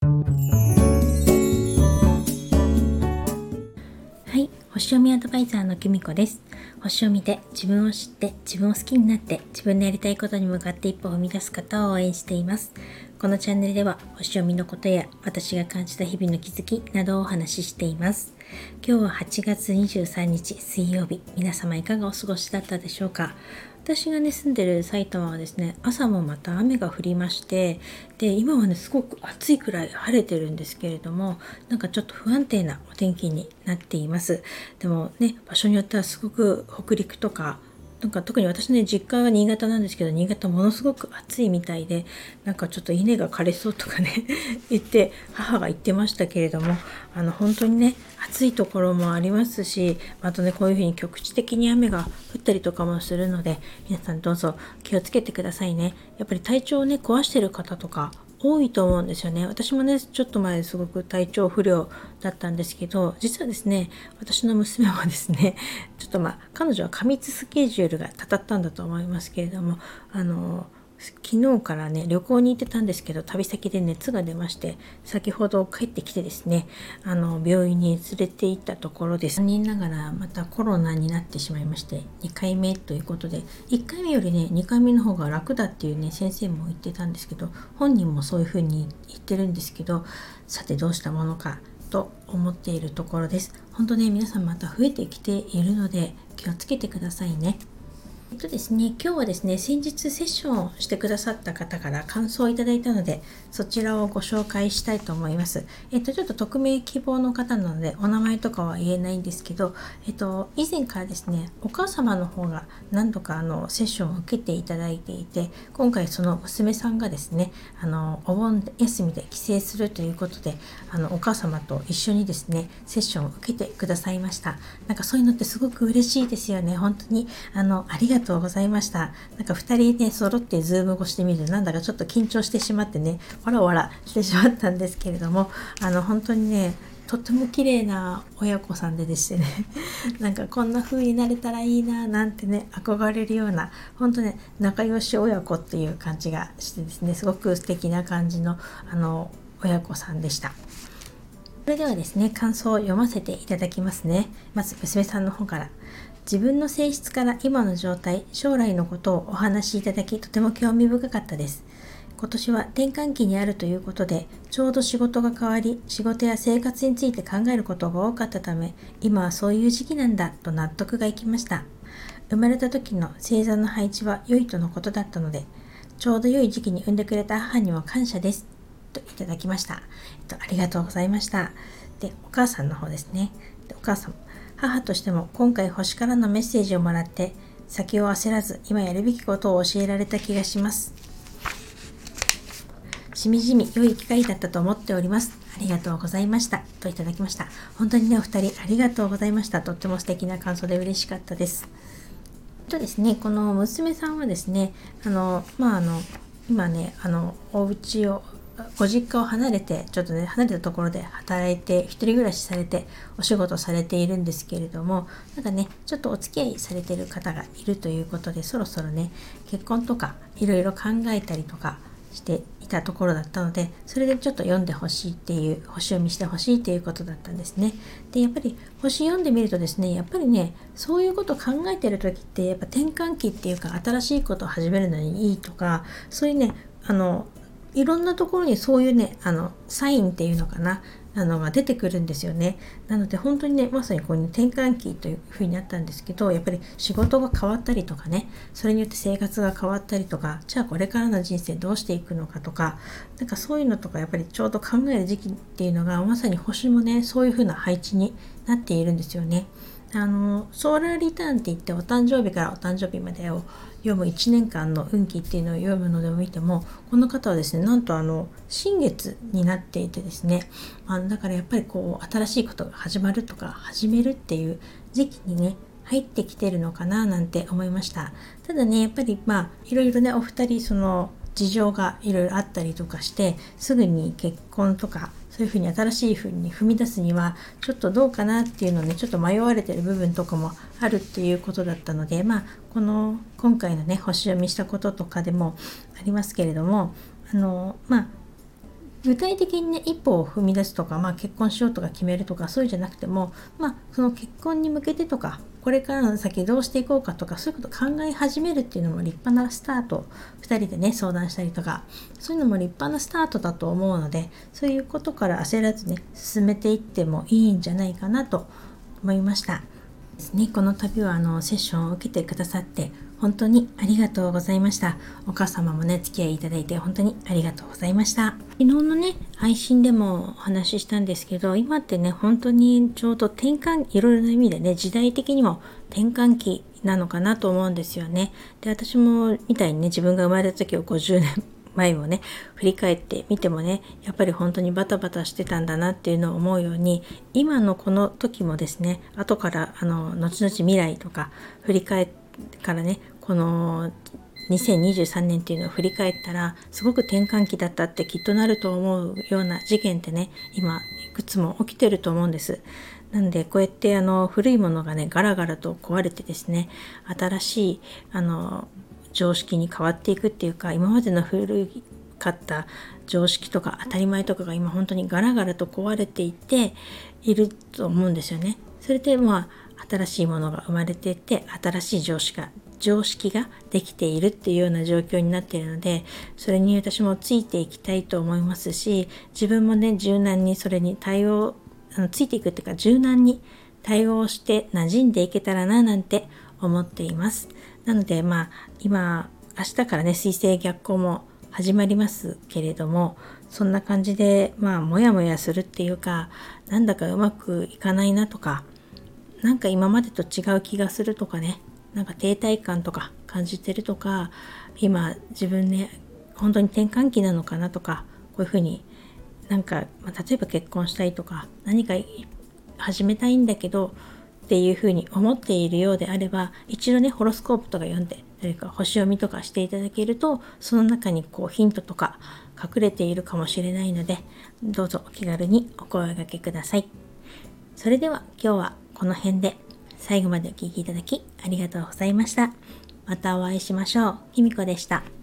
はい、星読みアドバイザーのきみこです。星を見て自分を知って自分を好きになって自分のやりたいことに向かって一歩を踏み出す方を応援しています。このチャンネルでは星読みのことや私が感じた日々の気づきなどをお話ししています。今日は8月23日水曜日、皆様いかがお過ごしだったでしょうか。私が住んでる埼玉はですね、朝もまた雨が降りまして、で今はすごく暑いくらい晴れてるんですけれども、ちょっと不安定なお天気になっています。でも場所によってはすごく北陸とか特に私実家は新潟なんですけど、新潟ものすごく暑いみたいで、ちょっと稲が枯れそうとか言って母が言ってましたけれども、本当に暑いところもありますし、あとこういうふうに局地的に雨が降ったりとかもするので、皆さんどうぞ気をつけてくださいね。やっぱり体調を壊してる方とか多いと思うんですよね。私もちょっと前すごく体調不良だったんですけど、実は私の娘はちょっと彼女は過密スケジュールがたたったんだと思いますけれども、昨日から旅行に行ってたんですけど、旅先で熱が出まして、先ほど帰ってきて病院に連れて行ったところです。残念ながらまたコロナになってしまいまして、2回目ということで、1回目より2回目の方が楽だっていう先生も言ってたんですけど、本人もそういうふうに言ってるんですけど、さてどうしたものかと思っているところです。本当皆さんまた増えてきているので気をつけてくださいね。今日は先日セッションをしてくださった方から感想をいただいたので、そちらをご紹介したいと思います。ちょっと匿名希望の方なのでお名前とかは言えないんですけど、以前からお母様の方が何度かセッションを受けていただいていて、今回その娘さんがお盆休みで帰省するということで、お母様と一緒にセッションを受けてくださいました。そういうのってすごく嬉しいですよね。本当にありがとうございました。2人揃ってズーム越しで見るとだかちょっと緊張してしまってわらわらしてしまったんですけれども、本当にとっても綺麗な親子さんでしてこんな風になれたらいいななんて憧れるような、本当仲良し親子っていう感じがしてすごく素敵な感じの親子さんでした。それでは感想を読ませていただきますね。まず娘さんの方から。自分の性質から今の状態、将来のことをお話しいただき、とても興味深かったです。今年は転換期にあるということで、ちょうど仕事が変わり、仕事や生活について考えることが多かったため、今はそういう時期なんだと納得がいきました。生まれた時の星座の配置は良いとのことだったので、ちょうど良い時期に産んでくれた母にも感謝です。といただきました。ありがとうございました。で、お母さんの方ですね。お母さん、母としても今回星からのメッセージをもらって先を焦らず今やるべきことを教えられた気がします。しみじみ良い機会だったと思っております。ありがとうございましたといただきました。本当にお二人ありがとうございました。とっても素敵な感想で嬉しかったです。この娘さんは今お家をご実家を離れてちょっと離れたところで働いて一人暮らしされてお仕事されているんですけれども、ちょっとお付き合いされている方がいるということで、そろそろ結婚とかいろいろ考えたりとかしていたところだったので、それでちょっと読んでほしいっていう、星読みしてほしいっていうことだったんですね。でやっぱり星読んでみるとやっぱりそういうことを考えてる時ってやっぱ転換期っていうか、新しいことを始めるのにいいとか、そういういろんなところにそういうサインっていうのかな、が出てくるんですよね。なので本当にまさにこういう転換期というふうになったんですけど、やっぱり仕事が変わったりとかそれによって生活が変わったりとか、じゃあこれからの人生どうしていくのかとか、そういうのとかやっぱりちょうど考える時期っていうのが、まさに星もそういうふうな配置になっているんですよね。ソーラーリターンって言って、お誕生日からお誕生日までを読む1年間の運気っていうのを読むのでも見ても、この方はなんと新月になっていてだからやっぱり新しいことが始まるとか始めるっていう時期に入ってきてるのかななんて思いました。ただやっぱりいろいろお二人事情がいろいろあったりとかして、すぐに結婚とかそういうふうに新しいふうに踏み出すにはちょっとどうかなっていうのをちょっと迷われてる部分とかもあるっていうことだったので、今回の星読みしたこととかでもありますけれども、 具体的にね一歩を踏み出すとか、結婚しようとか決めるとかそういうんじゃなくても、その結婚に向けてとかこれからの先どうしていこうかとかそういうことを考え始めるっていうのも立派なスタート、2人でね相談したりとかそういうのも立派なスタートだと思うので、そういうことから焦らずね進めていってもいいんじゃないかなと思いましたですね。この度はセッションを受けてくださって本当にありがとうございました。お母様もね付き合いいただいて本当にありがとうございました。昨日のね配信でもお話ししたんですけど、今ってね本当にちょうど転換、いろいろな意味でね時代的にも転換期なのかなと思うんですよね。で、私もみたいにね自分が生まれた時を50年前をね振り返ってみてもね、やっぱり本当にバタバタしてたんだなっていうのを思うように、今のこの時もですね、後から後々未来とか振り返からね、この2023年っていうのを振り返ったらすごく転換期だったってきっとなると思うような事件ってね今いくつも起きてると思うんです。なんでこうやって古いものがねガラガラと壊れてですね、新しい常識に変わっていくっていうか、今までの古かった常識とか当たり前とかが今本当にガラガラと壊れていっていると思うんですよね。それで新しいものが生まれていって新しい常識ができているっていうような状況になっているので、それに私もついていきたいと思いますし、自分もね柔軟にそれについていくっていうか柔軟に対応して馴染んでいけたらななんて思っています。なので今明日からね水星逆行も始まりますけれども、そんな感じでモヤモヤするっていうか、なんだかうまくいかないなとか、なんか今までと違う気がするとかね、なんか停滞感とか感じてるとか、今自分ね本当に転換期なのかなとか、こういうふうになんか、例えば結婚したいとか何か始めたいんだけどっていうふうに思っているようであれば、一度ねホロスコープとか読んで誰か星読みとかしていただけると、その中にヒントとか隠れているかもしれないので、どうぞお気軽にお声掛けください。それでは今日はこの辺で、最後までお聞きいただきありがとうございました。またお会いしましょう。きみこでした。